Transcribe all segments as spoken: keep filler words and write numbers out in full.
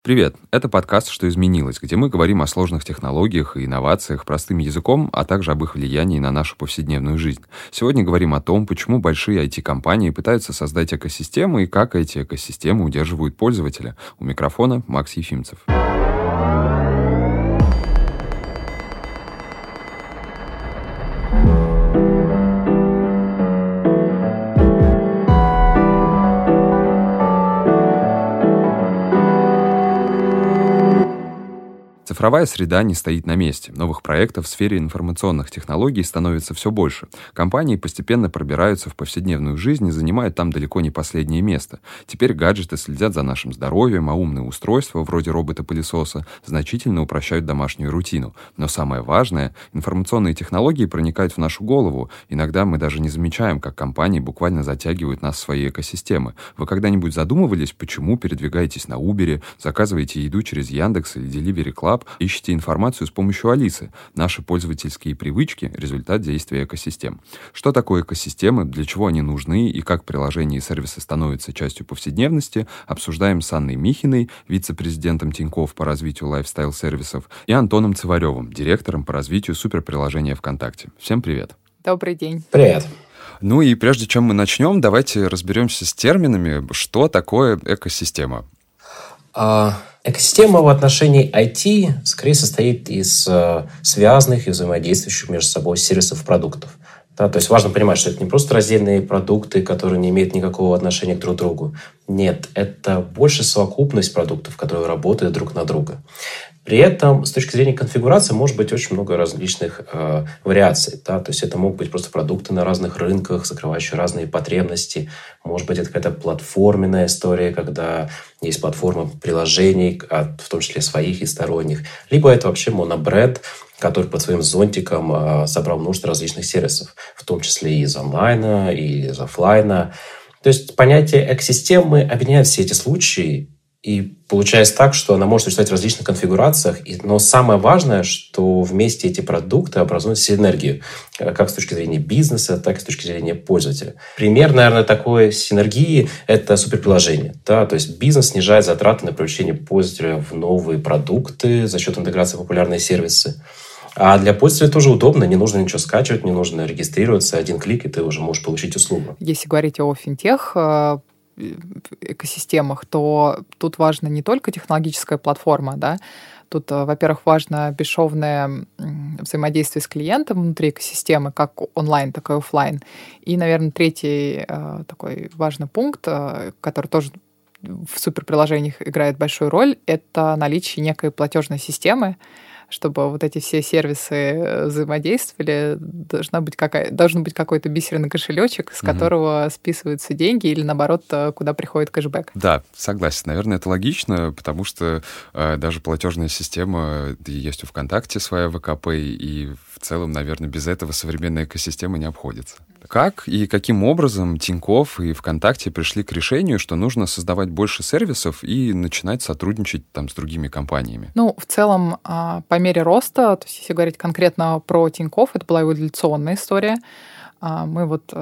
Привет! Это подкаст «Что изменилось?», где мы говорим о сложных технологиях и инновациях простым языком, а также об их влиянии на нашу повседневную жизнь. Сегодня говорим о том, почему большие ай ти-компании пытаются создать экосистемы и как эти экосистемы удерживают пользователя. У микрофона Макс Ефимцев. Цифровая среда не стоит на месте. Новых проектов в сфере информационных технологий становится все больше. Компании постепенно пробираются в повседневную жизнь и занимают там далеко не последнее место. Теперь гаджеты следят за нашим здоровьем, а умные устройства, вроде робота-пылесоса, значительно упрощают домашнюю рутину. Но самое важное, информационные технологии проникают в нашу голову. Иногда мы даже не замечаем, как компании буквально затягивают нас в свои экосистемы. Вы когда-нибудь задумывались, почему передвигаетесь на Uber, заказываете еду через Яндекс или Delivery Club, ищите информацию с помощью Алисы. Наши пользовательские привычки — результат действия экосистем. Что такое экосистемы, для чего они нужны и как приложения и сервисы становятся частью повседневности, обсуждаем с Анной Михиной, вице-президентом Тинькофф по развитию лайфстайл-сервисов, и Антоном Цываревым, директором по развитию суперприложения ВКонтакте. Всем привет! Добрый день! Привет! Ну и прежде чем мы начнем, давайте разберемся с терминами, что такое экосистема. Экосистема в отношении ай ти скорее состоит из э, связанных и взаимодействующих между собой сервисов и продуктов. Да, то есть важно понимать, что это не просто раздельные продукты, которые не имеют никакого отношения к друг другу. Нет, это больше совокупность продуктов, которые работают друг на друга. При этом, с точки зрения конфигурации, может быть очень много различных э, вариаций. Да? То есть это могут быть просто продукты на разных рынках, закрывающие разные потребности. Может быть, это какая-то платформенная история, когда есть платформа приложений, в том числе своих и сторонних. Либо это вообще монобренд, который под своим зонтиком э, собрал множество различных сервисов, в том числе и из онлайна, и из офлайна. То есть понятие экосистемы объединяет все эти случаи, и получается так, что она может существовать в различных конфигурациях, но самое важное, что вместе эти продукты образуют синергию, как с точки зрения бизнеса, так и с точки зрения пользователя. Пример, наверное, такой синергии – это суперприложение. Да? То есть бизнес снижает затраты на привлечение пользователя в новые продукты за счет интеграции в популярные сервисы. А для пользователя тоже удобно, не нужно ничего скачивать, не нужно регистрироваться, один клик, и ты уже можешь получить услугу. Если говорить о финтех, экосистемах, то тут важна не только технологическая платформа, да, тут, во-первых, важно бесшовное взаимодействие с клиентом внутри экосистемы, как онлайн, так и офлайн. И, наверное, третий такой важный пункт, который тоже в суперприложениях играет большую роль, это наличие некой платежной системы. Чтобы вот эти все сервисы взаимодействовали, должна быть какая, должен быть какой-то бисерный кошелечек, с которого угу. списываются деньги, или наоборот, куда приходит кэшбэк. Да, согласен. Наверное, это логично, потому что э, даже платежная система, есть у ВКонтакте своя ВКП, и в целом, наверное, без этого современная экосистема не обходится. Как и каким образом Тинькофф и ВКонтакте пришли к решению, что нужно создавать больше сервисов и начинать сотрудничать там с другими компаниями? Ну, в целом, по мере роста, то есть если говорить конкретно про Тинькофф, это была эволюционная история. Мы вот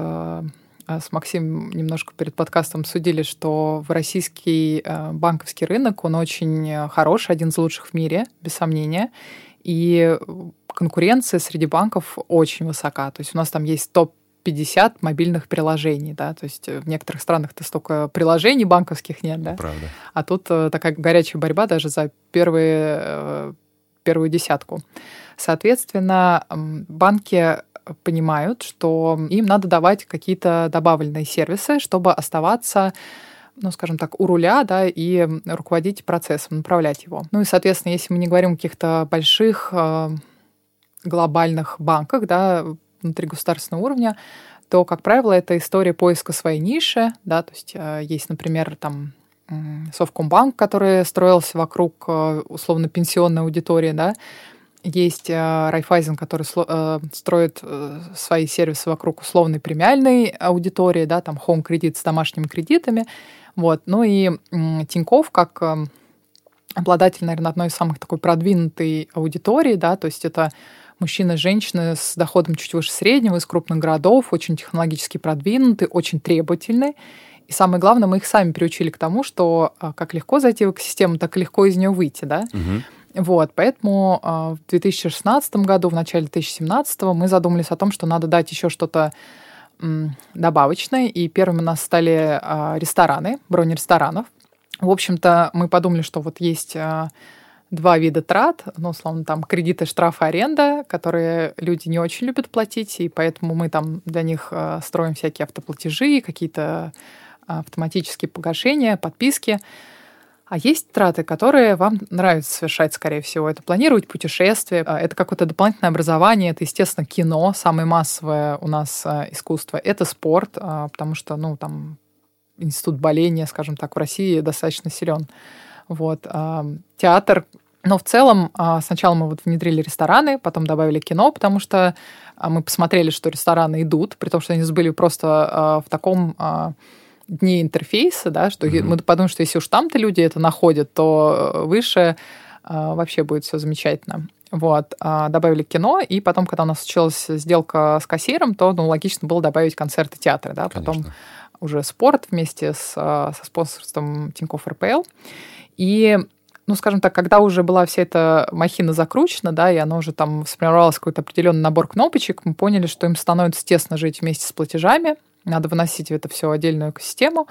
с Максимом немножко перед подкастом судили, что в российский банковский рынок, он очень хороший, один из лучших в мире, без сомнения. И конкуренция среди банков очень высока. То есть у нас там есть топ пятьдесят мобильных приложений, да, то есть в некоторых странах-то столько приложений банковских нет, да. Правда. А тут такая горячая борьба даже за первые, первую десятку. Соответственно, банки понимают, что им надо давать какие-то добавленные сервисы, чтобы оставаться, ну, скажем так, у руля, да, и руководить процессом, направлять его. Ну и, соответственно, если мы не говорим о каких-то больших глобальных банках, да, внутри государственного уровня, то, как правило, это история поиска своей ниши, да, то есть есть, например, там Совкомбанк, который строился вокруг условно-пенсионной аудитории, да, есть Райфайзен, который строит свои сервисы вокруг условной премиальной аудитории, да, там Home кредит с домашними кредитами, вот, ну и Тинькофф как обладатель, наверное, одной из самых такой продвинутой аудитории, да, то есть это мужчины и женщины с доходом чуть выше среднего, из крупных городов, очень технологически продвинуты, очень требовательны. И самое главное, мы их сами приучили к тому, что как легко зайти в экосистему, так и легко из нее выйти, да. Угу. Вот, поэтому в две тысячи шестнадцатом году, в начале две тысячи семнадцатого мы задумались о том, что надо дать еще что-то добавочное, и первыми у нас стали рестораны, брони ресторанов. В общем-то, мы подумали, что вот есть два вида трат, ну, условно, там кредиты, штрафы, аренда, которые люди не очень любят платить, и поэтому мы там для них строим всякие автоплатежи, какие-то автоматические погашения, подписки. А есть траты, которые вам нравится совершать, скорее всего. Это планировать путешествия, это какое-то дополнительное образование, это, естественно, кино, самое массовое у нас искусство, это спорт, потому что, ну, там, институт боления, скажем так, в России достаточно силен. Вот. Театр. Но в целом сначала мы вот внедрили рестораны, потом добавили кино, потому что мы посмотрели, что рестораны идут, при том, что они были просто в таком дне интерфейса, да, что mm-hmm. мы подумали, что если уж там-то люди это находят, то выше вообще будет все замечательно. Вот. Добавили кино, и потом, когда у нас случилась сделка с кассиром, то, ну, логично было добавить концерты, театры, да, Конечно. Потом уже спорт вместе с, со спонсорством Тинькофф эр пэ эл. И, ну, скажем так, когда уже была вся эта махина закручена, да, и она уже там сформировалась какой-то определенный набор кнопочек, мы поняли, что им становится тесно жить вместе с платежами, надо выносить в это все отдельную экосистему,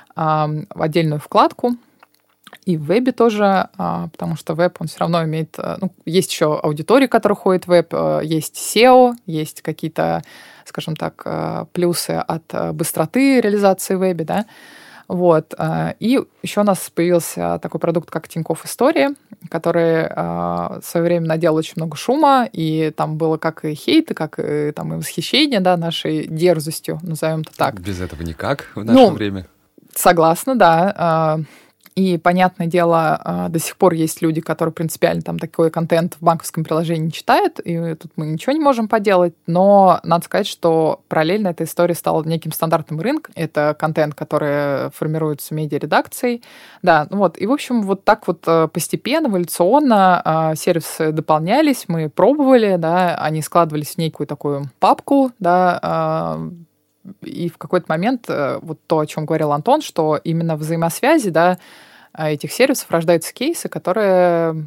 в отдельную вкладку, и в вебе тоже, потому что веб, он все равно имеет... Ну, есть еще аудитория, которая ходит в веб, есть сео, есть какие-то, скажем так, плюсы от быстроты реализации в вебе, да. Вот. И еще у нас появился такой продукт, как Тинькофф История, который в свое время наделал очень много шума, и там было как и хейт, и как и, там, и восхищение, да, нашей дерзостью, назовем это так. Без этого никак в наше ну, время. Согласна, да. И, понятное дело, до сих пор есть люди, которые принципиально там такой контент в банковском приложении не читают, и тут мы ничего не можем поделать, но надо сказать, что параллельно эта история стала неким стандартным рынком. Это контент, который формируется медиаредакцией. Да, ну вот. И, в общем, вот так вот постепенно, эволюционно сервисы дополнялись, мы пробовали, да, они складывались в некую такую папку, да, и в какой-то момент вот то, о чем говорил Антон, что именно взаимосвязи, да, этих сервисов рождаются кейсы, которые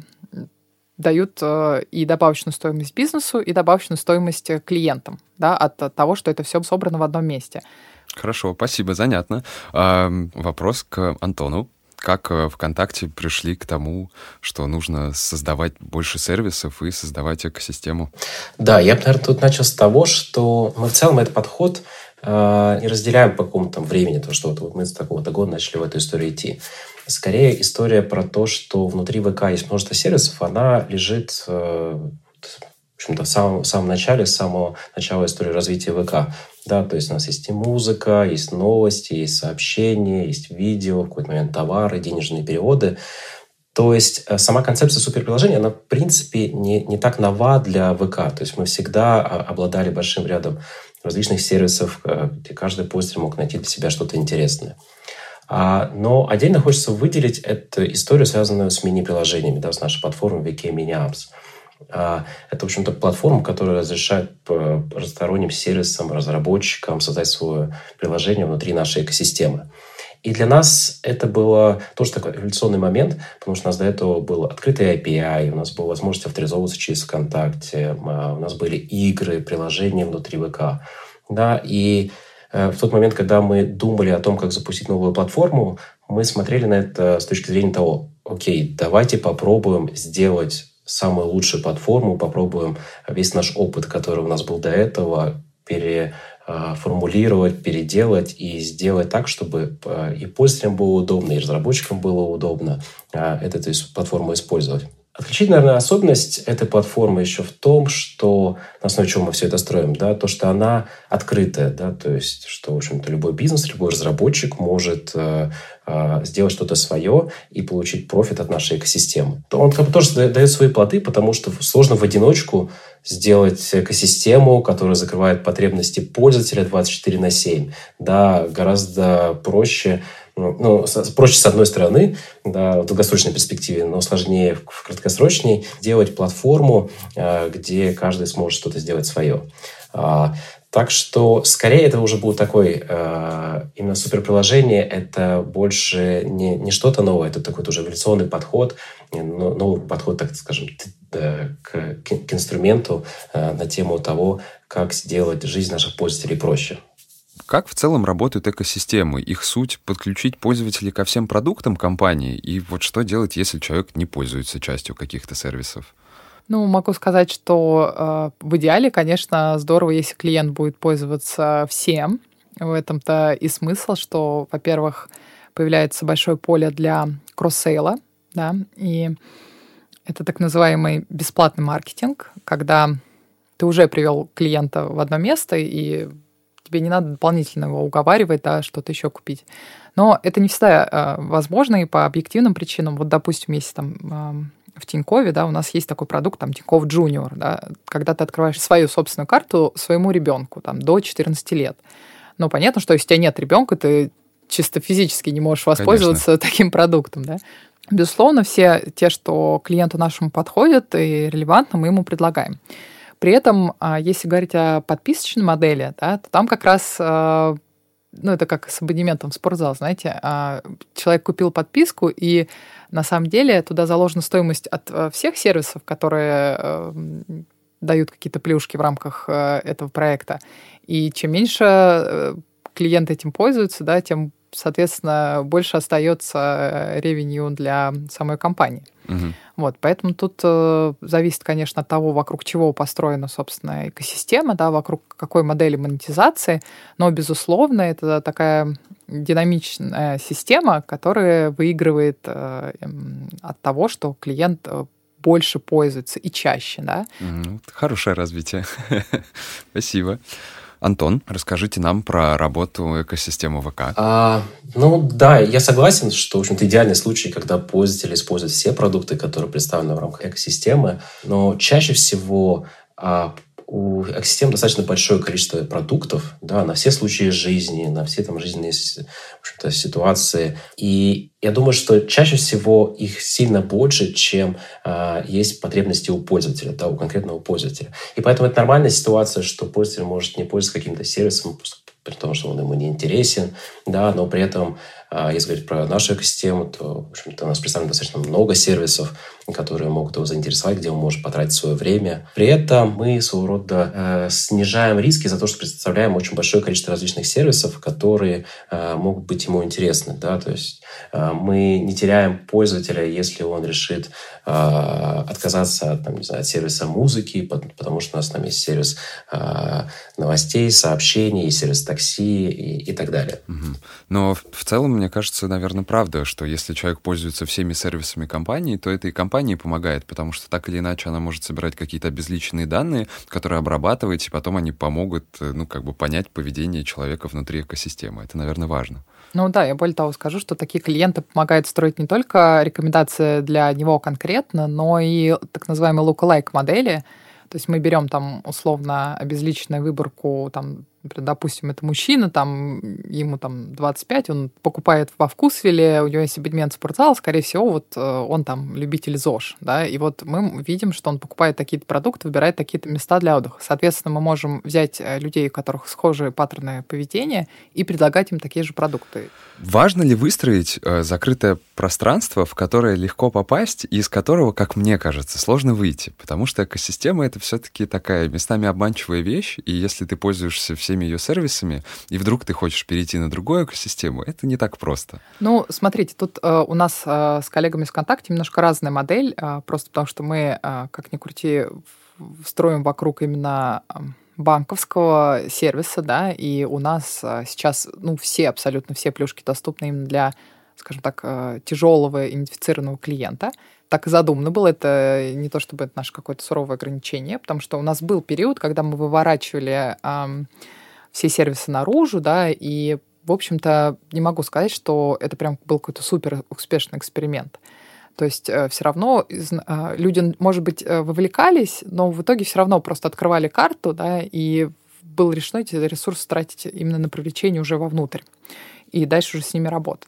дают и добавочную стоимость бизнесу, и добавочную стоимость клиентам, да, от того, что это все собрано в одном месте. Хорошо, спасибо, занятно. А, вопрос к Антону. Как ВКонтакте пришли к тому, что нужно создавать больше сервисов и создавать экосистему? Да, я бы, наверное, тут начал с того, что мы в целом этот подход э, не разделяем по какому-то там времени, то, что вот, вот мы с такого-то года начали в эту историю идти. Скорее, история про то, что внутри ВК есть множество сервисов, она лежит э, в общем-то, в самом, в самом начале, с самого начала истории развития ВК. Да, то есть у нас есть и музыка, есть новости, есть сообщения, есть видео, в какой-то момент товары, денежные переводы. То есть сама концепция суперприложения, она, в принципе, не, не так нова для ВК. То есть мы всегда обладали большим рядом различных сервисов, где каждый пользователь мог найти для себя что-то интересное. Но отдельно хочется выделить эту историю, связанную с мини-приложениями, да, с нашей платформой ви кей Mini Apps. Это, в общем-то, платформа, которая разрешает разносторонним сервисам, разработчикам создать свое приложение внутри нашей экосистемы. И для нас это было тоже такой эволюционный момент, потому что у нас до этого был открытый эй пи ай, у нас была возможность авторизовываться через ВКонтакте, у нас были игры, приложения внутри ВК. Да, и в тот момент, когда мы думали о том, как запустить новую платформу, мы смотрели на это с точки зрения того, окей, давайте попробуем сделать самую лучшую платформу, попробуем весь наш опыт, который у нас был до этого, переформулировать, переделать и сделать так, чтобы и пользователям было удобно, и разработчикам было удобно эту платформу использовать. Отличительная, наверное, особенность этой платформы еще в том, что на основе чего мы все это строим, да, то, что она открытая, да, то есть, что, в общем-то, любой бизнес, любой разработчик может э, э, сделать что-то свое и получить профит от нашей экосистемы. Он как бы тоже дает свои плоды, потому что сложно в одиночку сделать экосистему, которая закрывает потребности пользователя двадцать четыре на семь. Да, гораздо проще. Ну, проще с одной стороны, да, в долгосрочной перспективе, но сложнее в краткосрочной делать платформу, где каждый сможет что-то сделать свое. Так что, скорее, это уже был такой э, именно суперприложение, это больше не, не что-то новое, это такой тоже эволюционный подход, новый подход, так скажем, к, к, к инструменту э, на тему того, как сделать жизнь наших пользователей проще. Как в целом работают экосистемы? Их суть — подключить пользователей ко всем продуктам компании? И вот что делать, если человек не пользуется частью каких-то сервисов? Ну, могу сказать, что э, в идеале, конечно, здорово, если клиент будет пользоваться всем. В этом-то и смысл, что, во-первых, появляется большое поле для кросс-сейла, да, и это так называемый бесплатный маркетинг, когда ты уже привел клиента в одно место, и тебе не надо дополнительно его уговаривать, да, что-то еще купить. Но это не всегда э, возможно, и по объективным причинам. Вот, допустим, если там э, в Тинькове, да, у нас есть такой продукт, там, Тинькофф Junior, да, когда ты открываешь свою собственную карту своему ребенку, там, до четырнадцати лет. Но понятно, что если у тебя нет ребенка, ты чисто физически не можешь воспользоваться Конечно. Таким продуктом, да. Безусловно, все те, что клиенту нашему подходят и релевантны, мы ему предлагаем. При этом, если говорить о подписочной модели, да, то там как раз, ну, это как с абонементом в спортзал, знаете, человек купил подписку, и на самом деле туда заложена стоимость от всех сервисов, которые дают какие-то плюшки в рамках этого проекта. И чем меньше клиент этим пользуется, да, тем, соответственно, больше остается ревенью для самой компании. Угу. Вот, поэтому тут э, зависит, конечно, от того, вокруг чего построена, собственно, экосистема, да, вокруг какой модели монетизации, но, безусловно, это такая динамичная система, которая выигрывает э, от того, что клиент больше пользуется и чаще, да. Угу. Хорошее развитие. Спасибо. Антон, расскажите нам про работу экосистемы ВК. А, ну да, я согласен, что, в общем-то, идеальный случай, когда пользователи используют все продукты, которые представлены в рамках экосистемы, но чаще всего а, у экосистем достаточно большое количество продуктов, да, на все случаи жизни, на все там жизненные, в общем-то, ситуации. И я думаю, что чаще всего их сильно больше, чем э, есть потребности у пользователя, да, у конкретного пользователя. И поэтому это нормальная ситуация, что пользователь может не пользоваться каким-то сервисом, при том, что он ему не интересен, да, но при этом, э, если говорить про нашу экосистему, то, в общем-то, у нас представлено достаточно много сервисов, которые могут его заинтересовать, где он может потратить свое время. При этом мы своего рода э, снижаем риски за то, что представляем очень большое количество различных сервисов, которые э, могут быть ему интересны, да, то есть э, мы не теряем пользователя, если он решит э, отказаться от, там, не знаю, от сервиса музыки, потому что у нас там есть сервис э, новостей, сообщений, сервис такси и, и так далее. Угу. Но в, в целом, мне кажется, наверное, правда, что если человек пользуется всеми сервисами компании, то это и компания помогает, потому что так или иначе она может собирать какие-то обезличенные данные, которые обрабатывать, и потом они помогут, ну, как бы понять поведение человека внутри экосистемы. Это, наверное, важно. Ну да, я более того скажу, что такие клиенты помогают строить не только рекомендации для него конкретно, но и так называемые lookalike модели. То есть мы берем там условно обезличенную выборку, там, например, допустим, это мужчина, там, ему там двадцать пять, он покупает во Вкусвилле, у него есть абонемент в спортзал, скорее всего, вот он там любитель ЗОЖ, да, и вот мы видим, что он покупает такие-то продукты, выбирает такие-то места для отдыха. Соответственно, мы можем взять людей, у которых схожие паттерны поведения, и предлагать им такие же продукты. Важно ли выстроить э, закрытое пространство, в которое легко попасть, и из которого, как мне кажется, сложно выйти? Потому что экосистема — это все-таки такая местами обманчивая вещь, и если ты пользуешься всеми ее сервисами, и вдруг ты хочешь перейти на другую экосистему, это не так просто. Ну, смотрите, тут э, у нас э, с коллегами из ВКонтакте немножко разная модель, э, просто потому что мы, э, как ни крути, строим вокруг именно банковского сервиса, да, и у нас э, сейчас, ну, все, абсолютно все плюшки доступны именно для, скажем так, э, тяжелого идентифицированного клиента. Так и задумано было. Это не то, чтобы это наше какое-то суровое ограничение, потому что у нас был период, когда мы выворачивали э, все сервисы наружу, да, и, в общем-то, не могу сказать, что это прям был какой-то супер успешный эксперимент. То есть э, все равно э, люди, может быть, э, вовлекались, но в итоге все равно просто открывали карту, да, и было решено эти ресурсы тратить именно на привлечение уже вовнутрь и дальше уже с ними работать.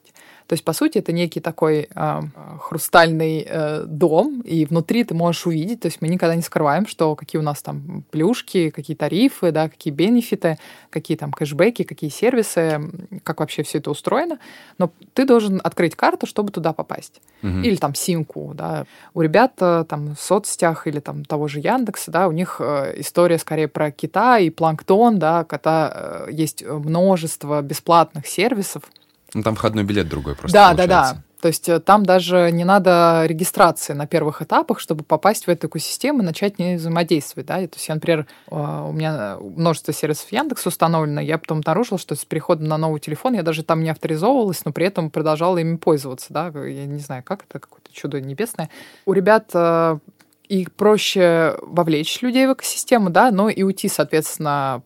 То есть, по сути, это некий такой э, хрустальный э, дом, и внутри ты можешь увидеть, то есть мы никогда не скрываем, что какие у нас там плюшки, какие тарифы, да, какие бенефиты, какие там кэшбэки, какие сервисы, как вообще все это устроено. Но ты должен открыть карту, чтобы туда попасть. Mm-hmm. Или там симку, да. У ребят там в соцсетях или там того же Яндекса, да, у них история скорее про кита и планктон, да, когда есть множество бесплатных сервисов. Ну, там входной билет другой просто Да, получается. да, да. То есть там даже не надо регистрации на первых этапах, чтобы попасть в эту экосистему и начать не взаимодействовать. Да? То есть, я, например, у меня множество сервисов Яндекса установлено, я потом обнаружила, что с переходом на новый телефон я даже там не авторизовывалась, но при этом продолжала ими пользоваться. Да? Я не знаю, как это, какое-то чудо небесное. У ребят и проще вовлечь людей в экосистему, да, но и уйти, соответственно,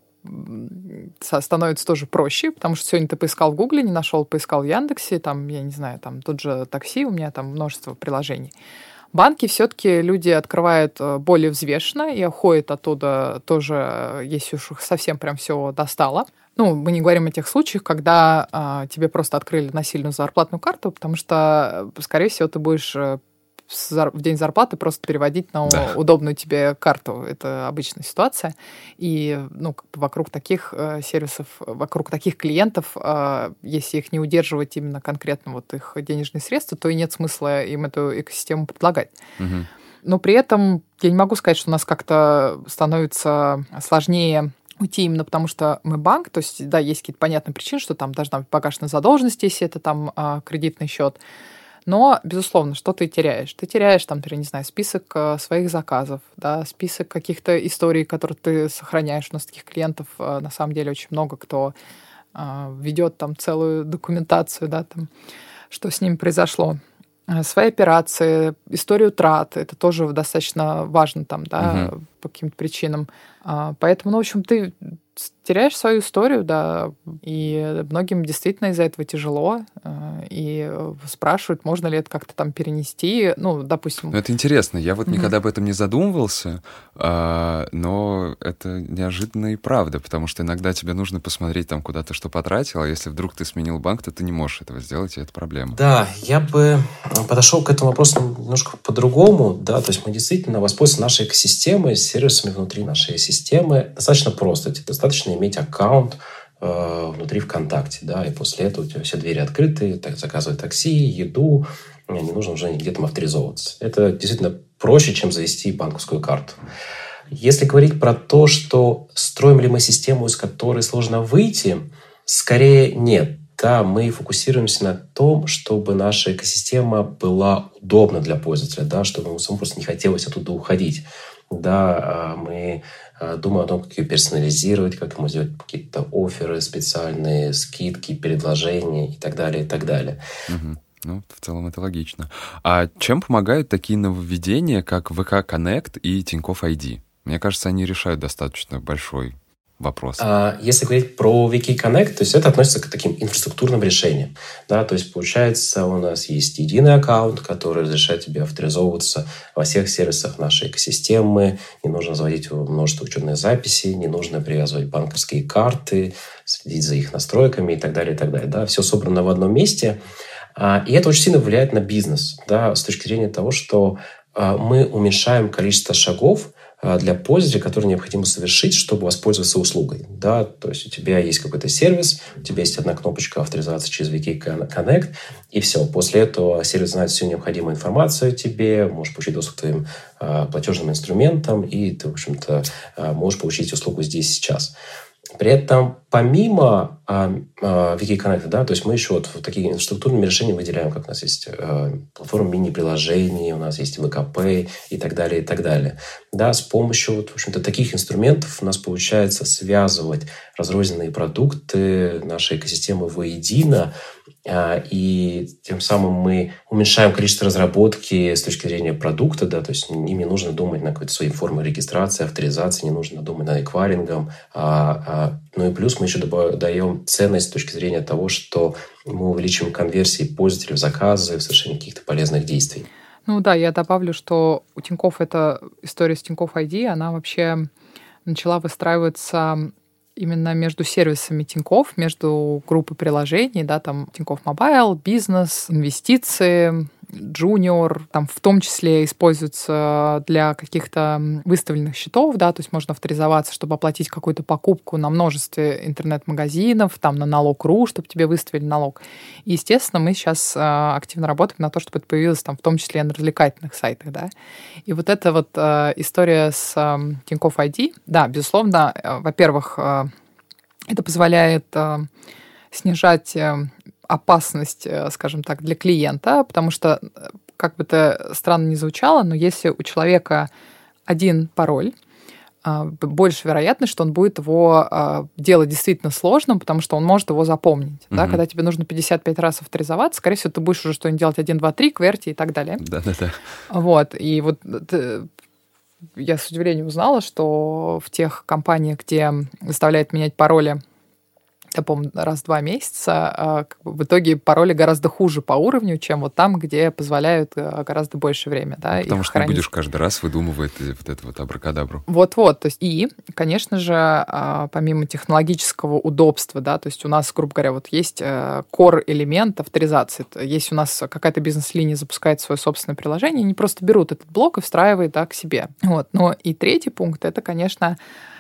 становится тоже проще, потому что сегодня ты поискал в Гугле, не нашел, поискал в Яндексе, там, я не знаю, там тут же такси, у меня там множество приложений. Банки все-таки люди открывают более взвешенно и уходят оттуда тоже, если уж их совсем прям все достало. Ну, мы не говорим о тех случаях, когда а, тебе просто открыли насильную зарплатную карту, потому что, скорее всего, ты будешь в день зарплаты просто переводить на да. удобную тебе карту. Это обычная ситуация. И ну, вокруг таких э, сервисов, вокруг таких клиентов, э, если их не удерживать именно конкретно вот их денежные средства, то и нет смысла им эту экосистему предлагать. Угу. Но при этом я не могу сказать, что у нас как-то становится сложнее уйти именно потому, что мы банк. То есть, да, есть какие-то понятные причины, что там должна быть погашена задолженность, если это там э, кредитный счет. Но, безусловно, что ты теряешь? Ты теряешь, там, ты, не знаю, список э, своих заказов, да, список каких-то историй, которые ты сохраняешь. У нас таких клиентов, э, на самом деле, очень много, кто э, ведет там целую документацию, да, там, что с ними произошло. Э, свои операции, историю трат, это тоже достаточно важно там, да, угу. по каким-то причинам. Э, поэтому, ну, в общем, ты теряешь свою историю, да, и многим действительно из-за этого тяжело, и спрашивают, можно ли это как-то там перенести, ну, допустим... Ну, это интересно, я вот mm-hmm. никогда об этом не задумывался, но это неожиданно и правда, потому что иногда тебе нужно посмотреть там, куда ты что потратил, а если вдруг ты сменил банк, то ты не можешь этого сделать, и это проблема. Да, я бы подошел к этому вопросу немножко по-другому, да, то есть мы действительно воспользуемся нашей экосистемой, сервисами внутри нашей системы достаточно просто, достаточно Достаточно иметь аккаунт э, внутри ВКонтакте, да, и после этого у тебя все двери открыты, так, заказывать такси, еду, не нужно уже нигде там авторизовываться. Это действительно проще, чем завести банковскую карту. Если говорить про то, что строим ли мы систему, из которой сложно выйти, скорее нет. Да, мы фокусируемся на том, чтобы наша экосистема была удобна для пользователя, да, чтобы ему самому просто не хотелось оттуда уходить. Да, мы думаем о том, как ее персонализировать, как ему сделать какие-то офферы специальные, скидки, предложения и так далее, и так далее. Угу. Ну, в целом это логично. А чем помогают такие нововведения, как вэ ка Connect и Тинькофф ай ди? Мне кажется, они решают достаточно большой вопрос. Если говорить про ви кей Connect, то есть это относится к таким инфраструктурным решениям. Да, то есть, получается, у нас есть единый аккаунт, который разрешает тебе авторизовываться во всех сервисах нашей экосистемы. Не нужно заводить множество учетных записей, не нужно привязывать банковские карты, следить за их настройками и так далее, и так далее. Да, все собрано в одном месте. И это очень сильно влияет на бизнес, да, с точки зрения того, что мы уменьшаем количество шагов для пользователя, которые необходимо совершить, чтобы воспользоваться услугой. Да? То есть у тебя есть какой-то сервис, у тебя есть одна кнопочка авторизации через ви кей Connect, и все. После этого сервис знает всю необходимую информацию о тебе, можешь получить доступ к твоим э, платежным инструментам, и ты, в общем-то, э, можешь получить услугу здесь и сейчас. При этом помимо э, э, ви кей Connect, да, то есть мы еще вот такие инфраструктурные решения выделяем, как у нас есть э, платформа мини-приложений, у нас есть вэ ка Pay и так далее, и так далее. Да, с помощью, вот, в общем-то, таких инструментов у нас получается связывать разрозненные продукты нашей экосистемы воедино, э, и тем самым мы уменьшаем количество разработки с точки зрения продукта, да, то есть им не нужно думать на какой-то своей форме регистрации, авторизации, не нужно думать над эквайрингом, а, а, ну и плюс мы еще даем ценность с точки зрения того, что мы увеличиваем конверсии пользователей в заказы, в совершении каких-то полезных действий. Ну да, я добавлю, что у Тинькофф эта история с Тинькофф ай ди, она вообще начала выстраиваться именно между сервисами Тинькофф, между группой приложений, да, там Тинькофф Мобайл, бизнес, инвестиции, Junior, там в том числе используется для каких-то выставленных счетов, да, то есть можно авторизоваться, чтобы оплатить какую-то покупку на множестве интернет-магазинов, там на налог.ру, чтобы тебе выставили налог. И, естественно, мы сейчас а, активно работаем на то, чтобы это появилось там в том числе на развлекательных сайтах, да. И вот эта вот а, история с а, Тинькофф ай ди, да, безусловно, а, во-первых, а, это позволяет а, снижать а, опасность, скажем так, для клиента, потому что, как бы это странно ни звучало, но если у человека один пароль, больше вероятность, что он будет его делать действительно сложным, потому что он может его запомнить. Mm-hmm. Да? Когда тебе нужно пятьдесят пять раз авторизоваться, скорее всего, ты будешь уже что-нибудь делать один, два, три, кверти и так далее. Да-да-да. Вот. И вот я с удивлением узнала, что в тех компаниях, где заставляют менять пароли, я помню, раз в два месяца, как бы в итоге пароли гораздо хуже по уровню, чем вот там, где позволяют гораздо больше времени. Да, потому что хранить. Не будешь каждый раз выдумывать вот это вот абракадабру. Вот-вот. То есть, и, конечно же, помимо технологического удобства, да, то есть у нас, грубо говоря, вот есть core-элемент авторизации. Если у нас какая-то бизнес-линия запускает свое собственное приложение, они просто берут этот блок и встраивают, да, к себе. Вот. Но и третий пункт — это, конечно,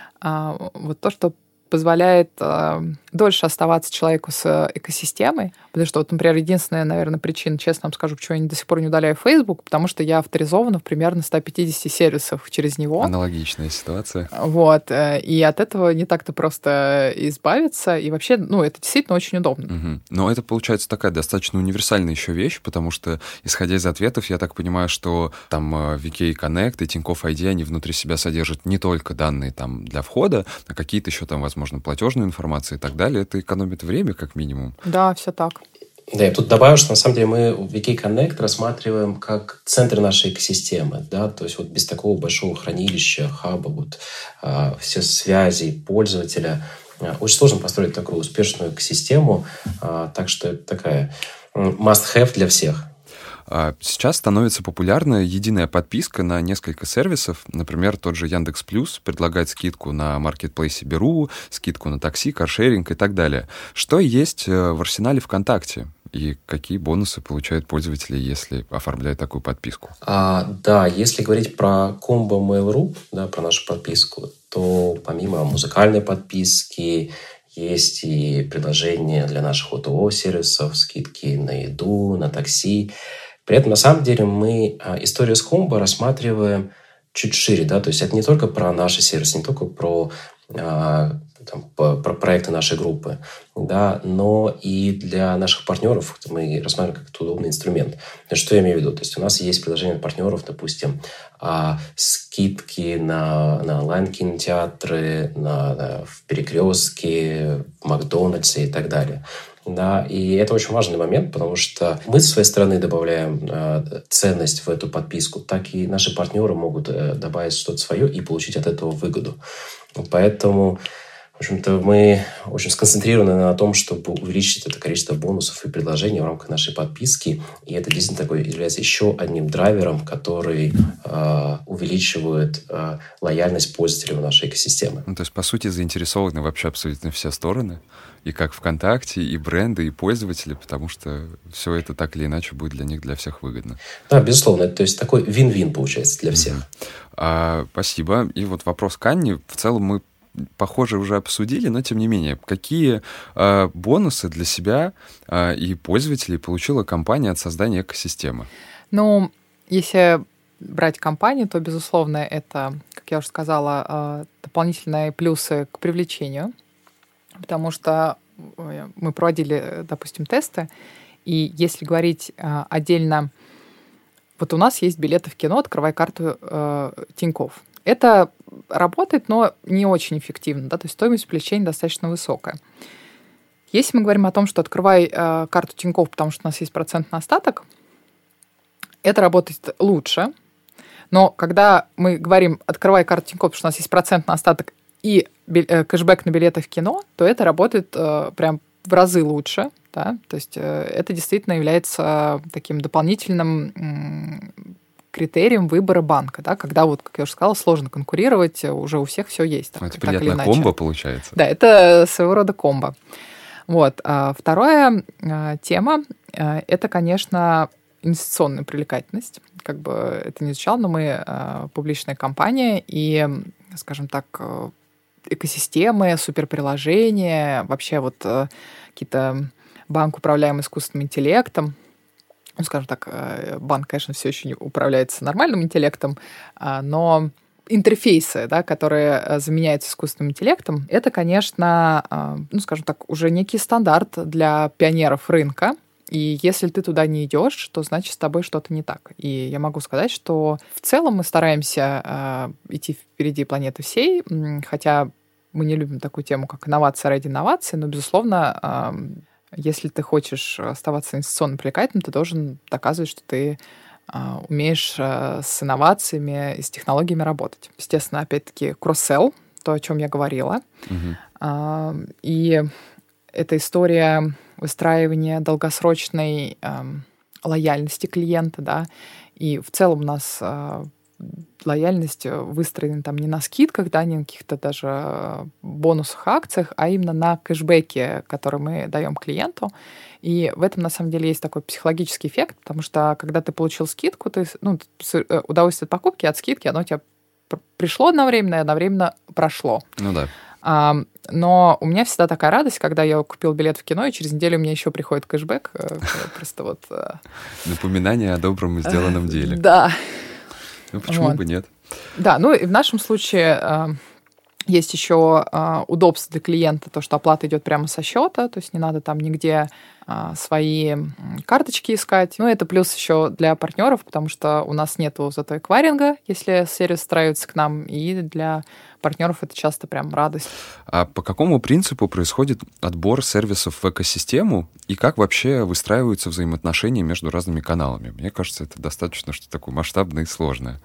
вот то, что позволяет э, дольше оставаться человеку с экосистемой. Потому что, вот, например, единственная, наверное, причина, честно вам скажу, почему я до сих пор не удаляю Facebook, потому что я авторизована в примерно сто пятьдесят сервисов через него. Аналогичная ситуация. Вот. Э, и от этого не так-то просто избавиться. И вообще, ну, это действительно очень удобно. Угу. Но это, получается, такая достаточно универсальная еще вещь, потому что, исходя из ответов, я так понимаю, что там ви кей Connect и Тинькофф ай ди, они внутри себя содержат не только данные там для входа, а какие-то еще там, возможно, можно платежную информацию и так далее, это экономит время, как минимум. Да, все так. Да, я тут добавлю, что на самом деле мы ви кей Connect рассматриваем как центр нашей экосистемы, да, то есть вот без такого большого хранилища, хаба, вот а, все связи пользователя, а, очень сложно построить такую успешную экосистему, а, так что это такая must-have для всех. Сейчас становится популярна единая подписка на несколько сервисов. Например, тот же Яндекс.Плюс предлагает скидку на маркетплейсе Беру, скидку на такси, каршеринг и так далее. Что есть в арсенале ВКонтакте? И какие бонусы получают пользователи, если оформляют такую подписку? А, да, если говорить про комбо Mail.ru, да, про нашу подписку, то помимо музыкальной подписки есть и предложения для наших о тэ о-сервисов, скидки на еду, на такси. При этом, на самом деле, мы историю с комбо рассматриваем чуть шире, да, то есть это не только про наши сервисы, не только про, там, про проекты нашей группы, да, но и для наших партнеров мы рассматриваем как удобный инструмент. Что я имею в виду? То есть у нас есть предложения партнеров, допустим, скидки на, на онлайн-кинотеатры, на, на, в Перекрестке, в Макдональдсе и так далее. Да, и это очень важный момент, потому что мы, с своей стороны, добавляем э, ценность в эту подписку, так и наши партнеры могут э, добавить что-то свое и получить от этого выгоду. Поэтому, в общем-то, мы очень сконцентрированы на том, чтобы увеличить это количество бонусов и предложений в рамках нашей подписки. И это действительно такой является еще одним драйвером, который э, увеличивает э, лояльность пользователей в нашей экосистеме. Ну, то есть, по сути, заинтересованы вообще абсолютно все стороны. И как ВКонтакте, и бренды, и пользователи, потому что все это так или иначе будет для них, для всех выгодно. Да, безусловно. То есть такой вин-вин получается для всех. Mm-hmm. А, спасибо. И вот вопрос к Анне. В целом мы, похоже, уже обсудили, но тем не менее, какие а, бонусы для себя а, и пользователей получила компания от создания экосистемы? Ну, если брать компанию, то, безусловно, это, как я уже сказала, дополнительные плюсы к привлечению. Потому что мы проводили, допустим, тесты, и если говорить э, отдельно, вот у нас есть билеты в кино, открывай карту э, Тинькофф. Это работает, но не очень эффективно, да, то есть стоимость привлечения достаточно высокая. Если мы говорим о том, что открывай э, карту Тинькофф, потому что у нас есть процентный остаток, это работает лучше, но когда мы говорим открывай карту Тинькофф, потому что у нас есть процентный остаток, и кэшбэк на билеты в кино, то это работает э, прям в разы лучше. Да? То есть э, это действительно является таким дополнительным, критерием выбора банка, да, когда, вот, как я уже сказала, сложно конкурировать, уже у всех все есть. Так, это приятная комбо получается. Да, это своего рода комбо. Вот. А вторая а, тема а, – это, конечно, инвестиционная привлекательность. Как бы это не звучало, но мы а, публичная компания, и, скажем так, экосистемы, суперприложения, вообще вот а, какие-то банк, управляемый искусственным интеллектом. Ну, скажем так, банк, конечно, все еще не управляется нормальным интеллектом, а, но интерфейсы, да, которые заменяются искусственным интеллектом, это, конечно, ну, скажем так, уже некий стандарт для пионеров рынка. И если ты туда не идешь, то значит с тобой что-то не так. И я могу сказать, что в целом мы стараемся идти впереди планеты всей, хотя мы не любим такую тему, как инновация ради инновации, но, безусловно, если ты хочешь оставаться инвестиционно привлекательным, ты должен доказывать, что ты умеешь с инновациями и с технологиями работать. Естественно, опять-таки, кросс-селл, то, о чем я говорила. Uh-huh. И это история выстраивания долгосрочной лояльности клиента, да, и в целом у нас лояльность выстроена там не на скидках, да, не на каких-то даже бонусах, акциях, а именно на кэшбэке, который мы даем клиенту. И в этом, на самом деле, есть такой психологический эффект, потому что, когда ты получил скидку, ты, ну, удовольствие от покупки, от скидки, оно у тебя пришло одновременно и одновременно прошло. Ну да. А, но у меня всегда такая радость, когда я купил билет в кино, и через неделю у меня еще приходит кэшбэк. Просто вот... Напоминание о добром и сделанном деле. Да. Ну, почему вот. бы нет? Да, ну и в нашем случае... Есть еще э, удобство для клиента, то, что оплата идет прямо со счета, то есть не надо там нигде э, свои карточки искать. Ну, это плюс еще для партнеров, потому что у нас нету зато эквайринга, если сервис встраивается к нам, и для партнеров это часто прям радость. А по какому принципу происходит отбор сервисов в экосистему, и как вообще выстраиваются взаимоотношения между разными каналами? Мне кажется, это достаточно что-то такое масштабное и сложное.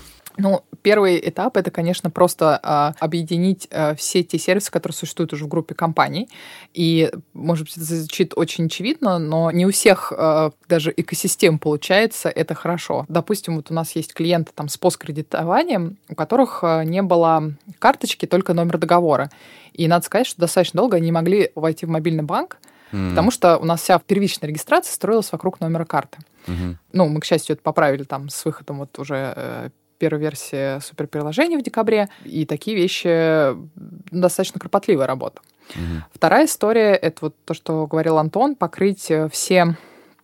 Ну, первый этап — это, конечно, просто э, объединить э, все те сервисы, которые существуют уже в группе компаний. И, может быть, это звучит очень очевидно, но не у всех э, даже экосистем получается это хорошо. Допустим, вот у нас есть клиенты там с посткредитованием, у которых не было карточки, только номер договора. И надо сказать, что достаточно долго они могли войти в мобильный банк, mm. потому что у нас вся первичная регистрация строилась вокруг номера карты. Mm-hmm. Ну, мы, к счастью, это поправили там с выходом вот уже... Э, первая версия суперприложения в декабре, и такие вещи достаточно кропотливая работа. Mm-hmm. Вторая история — это вот то, что говорил Антон, покрыть все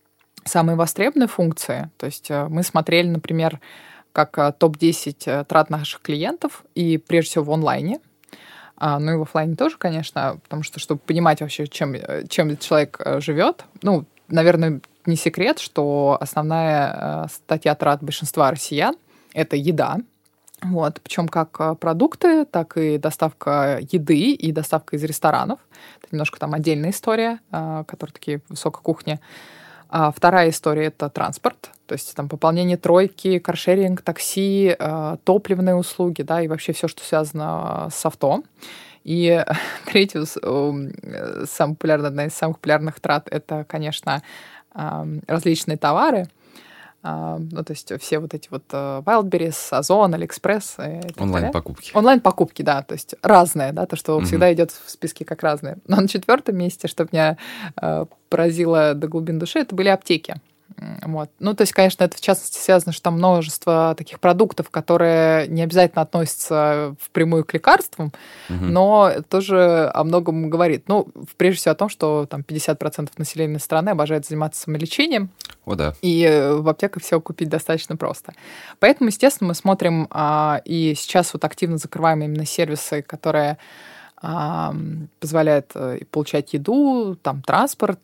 самые востребованные функции. То есть мы смотрели, например, как топ десять трат наших клиентов, и прежде всего в онлайне, ну и в офлайне тоже, конечно, потому что, чтобы понимать вообще, чем, чем человек живет, ну, наверное, не секрет, что основная статья трат большинства россиян — это еда. Вот. Причем как продукты, так и доставка еды и доставка из ресторанов. Это немножко там отдельная история, которая такие высокой кухни. А вторая история — это транспорт. То есть там пополнение тройки, каршеринг, такси, топливные услуги, да, и вообще все, что связано с авто. И третья, самая популярная, одна из самых популярных трат — это, конечно, различные товары. Ну, то есть все вот эти вот Wildberries, Озон, Алиэкспресс. Онлайн-покупки. Онлайн-покупки, да, то есть разные, да, то, что mm-hmm. всегда идет в списке как разные. Но на четвертом месте, что меня э, поразило до глубин души, это были аптеки. Вот. Ну, то есть, конечно, это в частности связано, что там множество таких продуктов, которые не обязательно относятся впрямую к лекарствам, угу. но тоже о многом говорит. Ну, прежде всего о том, что там пятьдесят процентов населения страны обожает заниматься самолечением. О, да. И в аптеках все купить достаточно просто. Поэтому, естественно, мы смотрим а, и сейчас вот активно закрываем именно сервисы, которые а, позволяют получать еду, там, транспорт.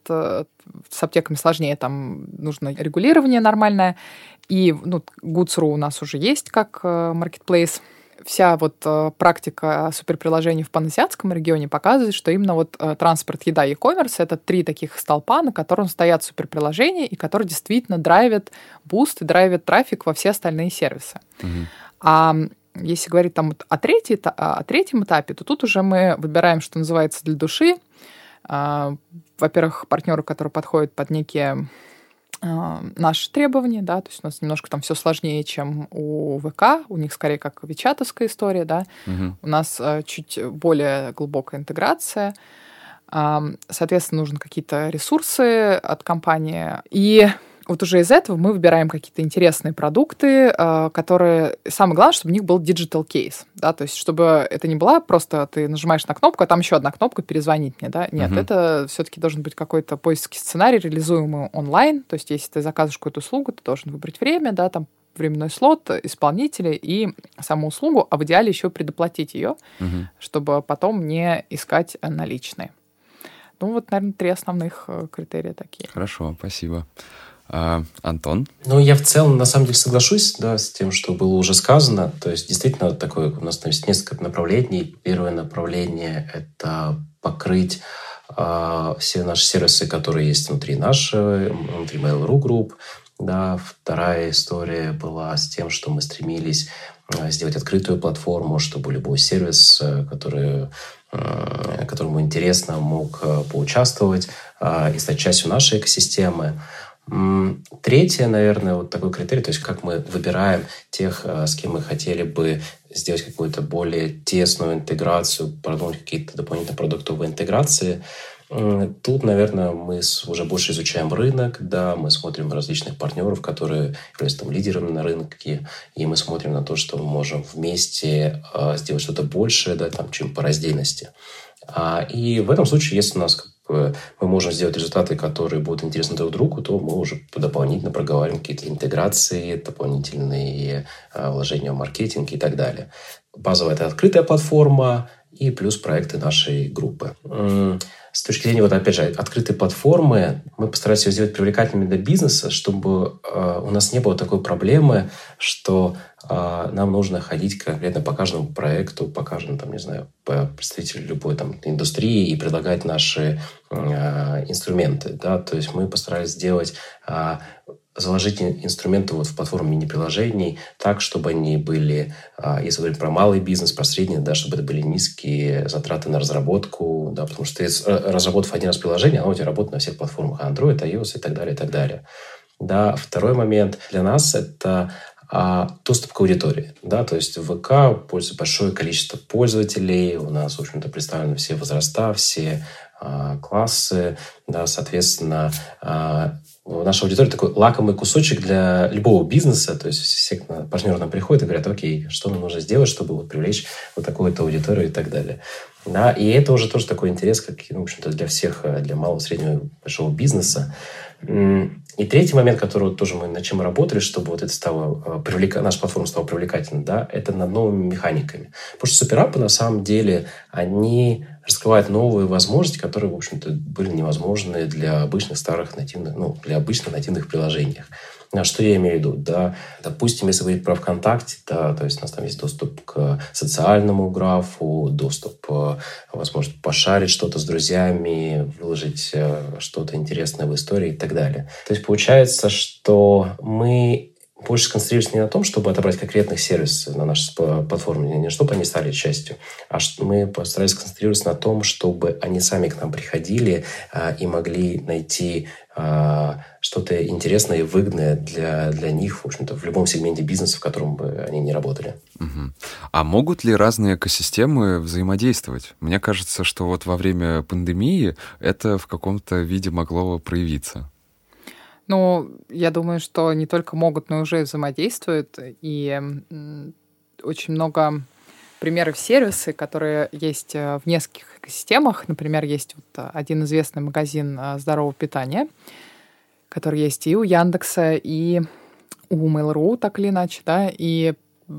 С аптеками сложнее, там нужно регулирование нормальное. И ну, Goods точка ру у нас уже есть как marketplace. Вся вот практика суперприложений в паназиатском регионе показывает, что именно вот транспорт, еда и e-commerce — это три таких столпа, на котором стоят суперприложения, и которые действительно драйвят буст и драйвят трафик во все остальные сервисы. Mm-hmm. А если говорить там о, третьей, о третьем этапе, то тут уже мы выбираем, что называется, для души. Во-первых, партнеры, которые подходят под некие наши требования, да, то есть у нас немножко там все сложнее, чем у ВК, у них скорее как вичатовская история, да, Угу. у нас чуть более глубокая интеграция, соответственно, нужны какие-то ресурсы от компании, и вот уже из этого мы выбираем какие-то интересные продукты, которые... Самое главное, чтобы у них был digital case, да, то есть чтобы это не была просто ты нажимаешь на кнопку, а там еще одна кнопка «Перезвонить мне», да. Нет, uh-huh. это все-таки должен быть какой-то поисковый сценарий, реализуемый онлайн, то есть если ты заказываешь какую-то услугу, ты должен выбрать время, да, там временной слот, исполнителя и саму услугу, а в идеале еще предоплатить ее, uh-huh. чтобы потом не искать наличные. Ну вот, наверное, три основных критерия такие. Хорошо, спасибо. А, Антон? Ну, я в целом, на самом деле, соглашусь, да, с тем, что было уже сказано. То есть, действительно, такое, у нас есть несколько направлений. Первое направление – это покрыть э, все наши сервисы, которые есть внутри нашего, внутри Mail.ru Group. Да. Вторая история была с тем, что мы стремились э, сделать открытую платформу, чтобы любой сервис, э, который, э, которому интересно, мог э, поучаствовать э, и стать частью нашей экосистемы. Третье, наверное, вот такой критерий, то есть как мы выбираем тех, с кем мы хотели бы сделать какую-то более тесную интеграцию, продумать какие-то дополнительные продуктовые интеграции. Тут, наверное, мы уже больше изучаем рынок, да, мы смотрим различных партнеров, которые являются там лидерами на рынке, и мы смотрим на то, что мы можем вместе сделать что-то большее, да, там, чем по раздельности. И в этом случае, если у нас мы можем сделать результаты, которые будут интересны друг другу, то мы уже дополнительно проговариваем какие-то интеграции, дополнительные вложения в маркетинг и так далее. Базовая – это открытая платформа и плюс проекты нашей группы. С точки зрения, вот опять же, открытой платформы, мы постарались ее сделать привлекательной для бизнеса, чтобы э, у нас не было такой проблемы, что э, нам нужно ходить конкретно по каждому проекту, по каждому, там, не знаю, по представителю любой там индустрии и предлагать наши э, инструменты, да, то есть мы постарались сделать э, заложить инструменты вот в платформу мини-приложений так, чтобы они были, если говорим про малый бизнес, про средний, да, чтобы это были низкие затраты на разработку, да, потому что разработав один раз приложение, оно у тебя работает на всех платформах Android, iOS и так далее, и так далее. Да, второй момент для нас – это доступ к аудитории. Да, то есть в ВК пользуется большое количество пользователей, у нас, в общем-то, представлены все возраста, все а, классы, да, соответственно, а, наша аудитория такой лакомый кусочек для любого бизнеса, то есть все партнеры нам приходят и говорят: окей, что нам нужно сделать, чтобы вот привлечь вот такую-то аудиторию и так далее. Да, и это уже тоже такой интерес, как, ну, в общем-то, для всех, для малого, среднего, большого бизнеса. И третий момент, который тоже мы, над чем мы работали, чтобы вот это стало привлека... наша платформа стала привлекательной, да, это над новыми механиками. Потому что суперапы, на самом деле, они раскрывают новые возможности, которые, в общем-то, были невозможны для обычных старых нативных, ну, для обычных нативных приложений. Что я имею в виду? Да, допустим, если говорить про ВКонтакте, да, то есть у нас там есть доступ к социальному графу, доступ, возможно, пошарить что-то с друзьями, выложить что-то интересное в истории и так далее. То есть получается, что мы больше сконцентрируемся не на том, чтобы отобрать конкретных сервисов на нашей платформе, не чтобы они стали частью, а что мы постарались сконцентрироваться на том, чтобы они сами к нам приходили а, и могли найти а, что-то интересное и выгодное для, для них, в общем-то, в любом сегменте бизнеса, в котором бы они не работали. Угу. А могут ли разные экосистемы взаимодействовать? Мне кажется, что вот во время пандемии это в каком-то виде могло проявиться. Ну, я думаю, что не только могут, но и уже взаимодействуют. И очень много примеров сервисов, которые есть в нескольких экосистемах. Например, есть вот один известный магазин здорового питания, который есть и у Яндекса, и у Mail.ru, так или иначе, да, и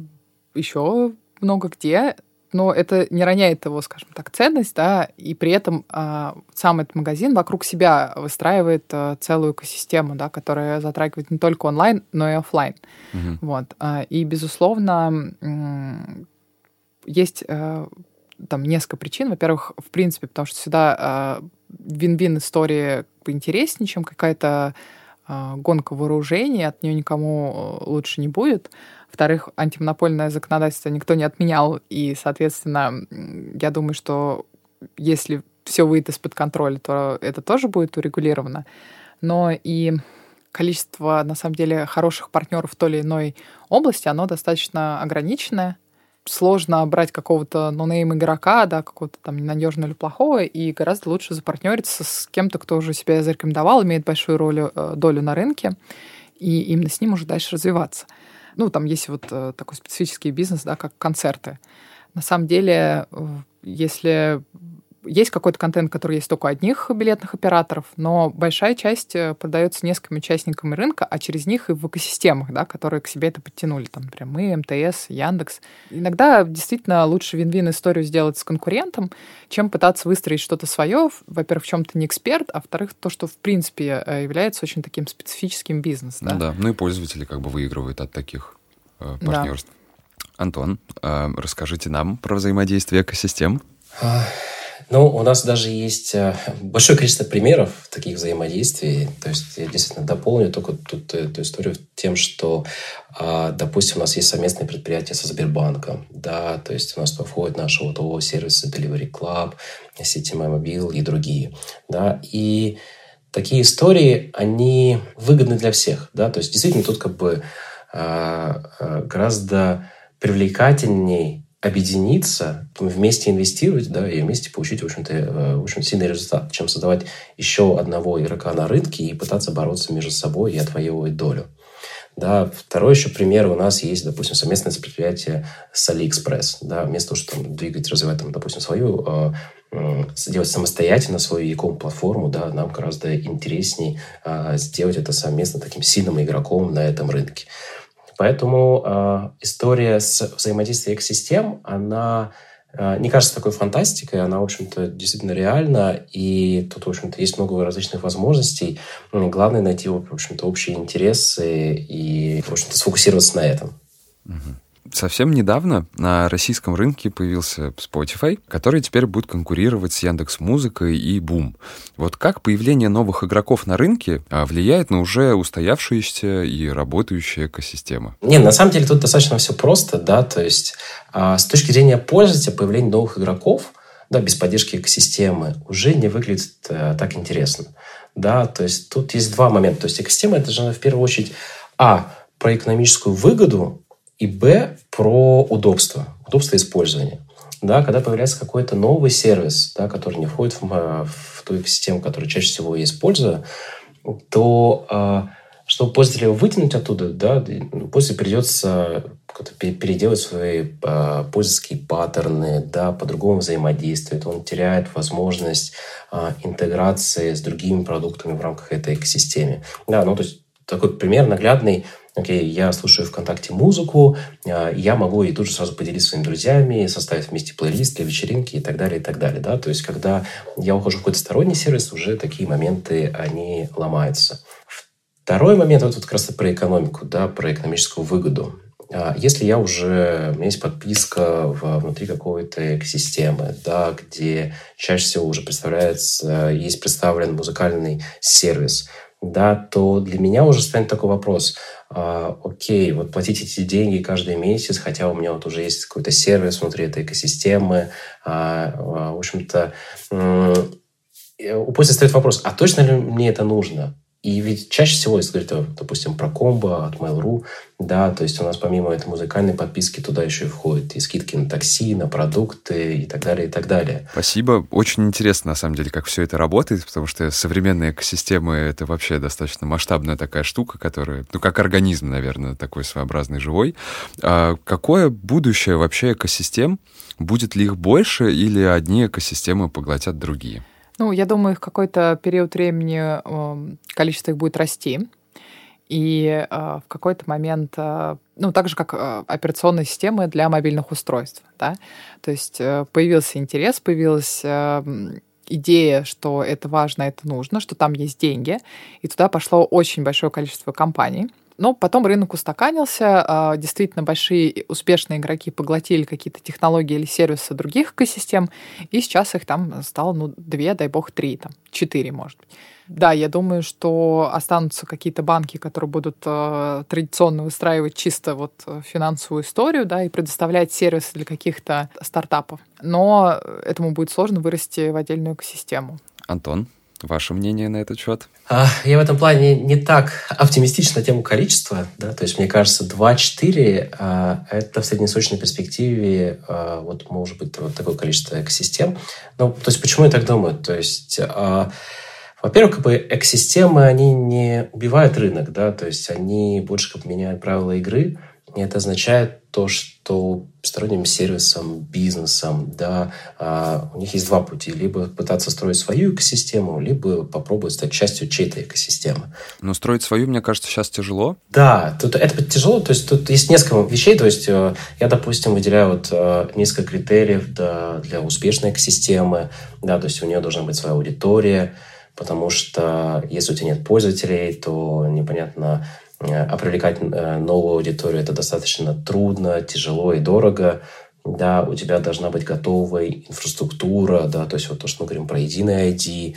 еще много где. Но это не роняет его, скажем так, ценность, да, и при этом а, сам этот магазин вокруг себя выстраивает а, целую экосистему, да, которая затрагивает не только онлайн, но и офлайн. Mm-hmm. Вот. А, и, безусловно, м- есть а, там несколько причин. Во-первых, в принципе, потому что сюда а, вин-вин истории поинтереснее, чем какая-то а, гонка вооружений, от нее никому лучше не будет. Во-вторых, антимонопольное законодательство никто не отменял, и, соответственно, я думаю, что если все выйдет из-под контроля, то это тоже будет урегулировано. Но и количество, на самом деле, хороших партнеров в той или иной области, оно достаточно ограниченное. Сложно брать какого-то нонейм игрока, да, какого-то там ненадежного или плохого, и гораздо лучше запартнериться с кем-то, кто уже себя зарекомендовал, имеет большую роль, долю на рынке, и именно с ним уже дальше развиваться. Ну, там есть вот такой специфический бизнес, да, как концерты. На самом деле, если есть какой-то контент, который есть только у одних билетных операторов, но большая часть продается нескольким участникам рынка, а через них и в экосистемах, да, которые к себе это подтянули. Там, например, мы, эм тэ эс, Яндекс. Иногда действительно лучше вин-вин историю сделать с конкурентом, чем пытаться выстроить что-то свое. Во-первых, в чем ты не эксперт, а во-вторых, то, что в принципе является очень таким специфическим бизнесом. Ну да. да, ну и пользователи как бы выигрывают от таких э, партнерств. Да. Антон, э, расскажите нам про взаимодействие экосистем. Ну, у нас даже есть большое количество примеров таких взаимодействий. То есть я действительно дополню только тут эту историю тем, что, допустим, у нас есть совместное предприятие со Сбербанком. Да, то есть у нас входят наши вот ООО-сервисы Delivery Club, сети MyMobile и другие. Да, и такие истории, они выгодны для всех. Да, то есть действительно тут как бы гораздо привлекательней объединиться, вместе инвестировать, да, и вместе получить, в общем-то, очень сильный результат, чем создавать еще одного игрока на рынке и пытаться бороться между собой и отвоевывать долю. Да, второй еще пример у нас есть, допустим, совместное предприятие с AliExpress. Да, вместо того, чтобы там, двигать, развивать, там, допустим, свою, э, делать самостоятельно свою e-com платформу, да, нам гораздо интересней э, сделать это совместно таким сильным игроком на этом рынке. Поэтому э, история с взаимодействием экосистем, она э, не кажется такой фантастикой, она, в общем-то, действительно реальна, и тут, в общем-то, есть много различных возможностей. Главное найти, в общем-то, общие интересы и, в общем-то, сфокусироваться на этом. Угу. Совсем недавно на российском рынке появился Spotify, который теперь будет конкурировать с Яндекс.Музыкой и Boom. Вот как появление новых игроков на рынке влияет на уже устоявшиеся и работающие экосистемы? Не, на самом деле тут достаточно все просто, да, то есть а, с точки зрения пользователя появление новых игроков, да, без поддержки экосистемы уже не выглядит а, так интересно, да, то есть тут есть два момента, то есть экосистема это же в первую очередь а, про экономическую выгоду, и б, про удобство, удобство использования. Да, когда появляется какой-то новый сервис, да, который не входит в, в ту экосистему, которую чаще всего я использую, то э, чтобы пользователя вытянуть оттуда, да, пользователю придется переделать свои э, пользовательские паттерны, да, по-другому взаимодействовать. Он теряет возможность э, интеграции с другими продуктами в рамках этой экосистемы. Да, ну, то есть такой пример наглядный. Окей, я слушаю ВКонтакте музыку, я могу и тут же сразу поделиться своими друзьями, составить вместе плейлист для вечеринки и так далее, и так далее. Да? То есть, когда я ухожу в какой-то сторонний сервис, уже такие моменты, они ломаются. Второй момент, вот как раз про экономику, да, про экономическую выгоду. Если я уже, у меня есть подписка внутри какой-то экосистемы, да, где чаще всего уже представляется, есть представлен музыкальный сервис, да, то для меня уже станет такой вопрос. А, окей, вот платить эти деньги каждый месяц, хотя у меня вот уже есть какой-то сервис внутри этой экосистемы. А, а, в общем-то, м- у пользователя стоит вопрос, а точно ли мне это нужно? И ведь чаще всего, если говорить, допустим, про комбо от Mail.ru, да, то есть у нас помимо этой музыкальной подписки туда еще и входят и скидки на такси, на продукты и так далее, и так далее. Спасибо. Очень интересно, на самом деле, как все это работает, потому что современные экосистемы — это вообще достаточно масштабная такая штука, которая, ну, как организм, наверное, такой своеобразный, живой. А какое будущее вообще экосистем? Будет ли их больше или одни экосистемы поглотят другие? Ну, я думаю, в какой-то период времени э, количество их будет расти. И э, в какой-то момент, э, ну, так же, как э, операционные системы для мобильных устройств, да, то есть э, появился интерес, появилась э, идея, что это важно, это нужно, что там есть деньги, и туда пошло очень большое количество компаний. Но потом рынок устаканился, действительно большие успешные игроки поглотили какие-то технологии или сервисы других экосистем, и сейчас их там стало, ну, две, дай бог, три, там, четыре, может быть. Да, я думаю, что останутся какие-то банки, которые будут э, традиционно выстраивать чисто вот финансовую историю, да, и предоставлять сервисы для каких-то стартапов. Но этому будет сложно вырасти в отдельную экосистему. Антон, Ваше мнение на этот счет? Я в этом плане не так оптимистичен на тему количества. Да? То есть, мне кажется, два-четыре – это в среднесрочной перспективе вот, может быть вот такое количество экосистем. Ну, то есть, почему я так думаю? То есть, во-первых, как бы экосистемы, они не убивают рынок, да? То есть, они больше как бы меняют правила игры. И это означает то, что сторонним сервисам, бизнесам, да, а, у них есть два пути. Либо пытаться строить свою экосистему, либо попробовать стать частью чьей-то экосистемы. Но строить свою, мне кажется, сейчас тяжело. Да, тут это тяжело. То есть тут есть несколько вещей. То есть я, допустим, выделяю вот несколько критериев да, для успешной экосистемы. Да, то есть у нее должна быть своя аудитория, потому что если у тебя нет пользователей, то непонятно... А привлекать новую аудиторию это достаточно трудно, тяжело и дорого. Да, у тебя должна быть готовая инфраструктура, да, то есть вот то, что мы говорим про единый ай ди,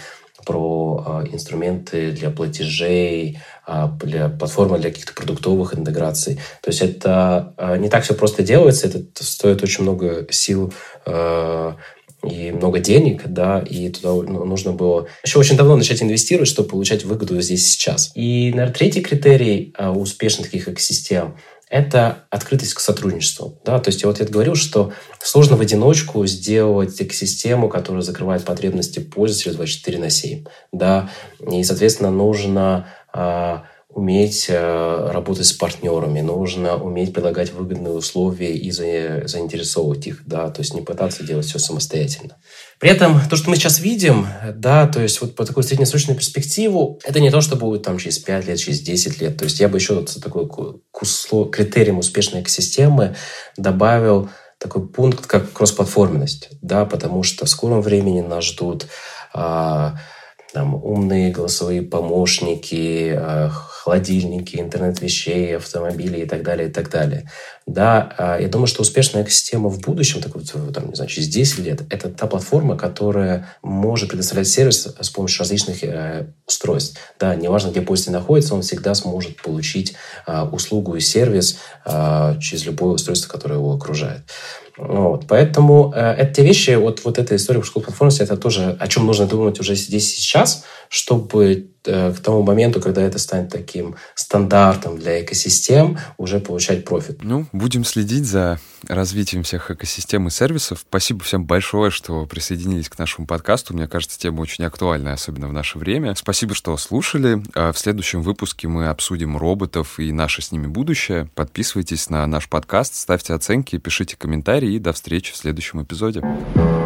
про э, инструменты для платежей, э, для платформы для каких-то продуктовых интеграций. То есть это э, не так все просто делается, это стоит очень много сил э, и много денег, да, и туда нужно было еще очень давно начать инвестировать, чтобы получать выгоду здесь и сейчас. И, наверное, третий критерий а, у успешных таких экосистем – это открытость к сотрудничеству. Да? То есть я вот это говорил, что сложно в одиночку сделать экосистему, которая закрывает потребности пользователя двадцать четыре на семь. Да? И, соответственно, нужно... А, уметь э, работать с партнерами, нужно уметь предлагать выгодные условия и за, заинтересовывать их, да, то есть не пытаться делать все самостоятельно. При этом то, что мы сейчас видим, да, то есть вот по такой среднесрочной перспективу, это не то, что будет там через пять лет, через десять лет. То есть я бы еще вот такой к критериям успешной экосистемы добавил такой пункт, как кроссплатформенность, да, потому что в скором времени нас ждут а, там, умные голосовые помощники, а, холодильники, интернет вещей, автомобили и так далее, и так далее. Да, я думаю, что успешная экосистема в будущем, так вот, там, не знаю, через десять лет, это та платформа, которая может предоставлять сервис с помощью различных э, устройств. Да, неважно, где пользователь находится, он всегда сможет получить э, услугу и сервис э, через любое устройство, которое его окружает. Вот, поэтому э, это те вещи, вот, вот эта история про платформенности, это тоже, о чем нужно думать уже здесь и сейчас, чтобы э, к тому моменту, когда это станет таким стандартом для экосистем, уже получать профит. Ну, будем следить за развитием всех экосистем и сервисов. Спасибо всем большое, что присоединились к нашему подкасту. Мне кажется, тема очень актуальная, особенно в наше время. Спасибо, что слушали. В следующем выпуске мы обсудим роботов и наше с ними будущее. Подписывайтесь на наш подкаст, ставьте оценки, пишите комментарии и до встречи в следующем эпизоде.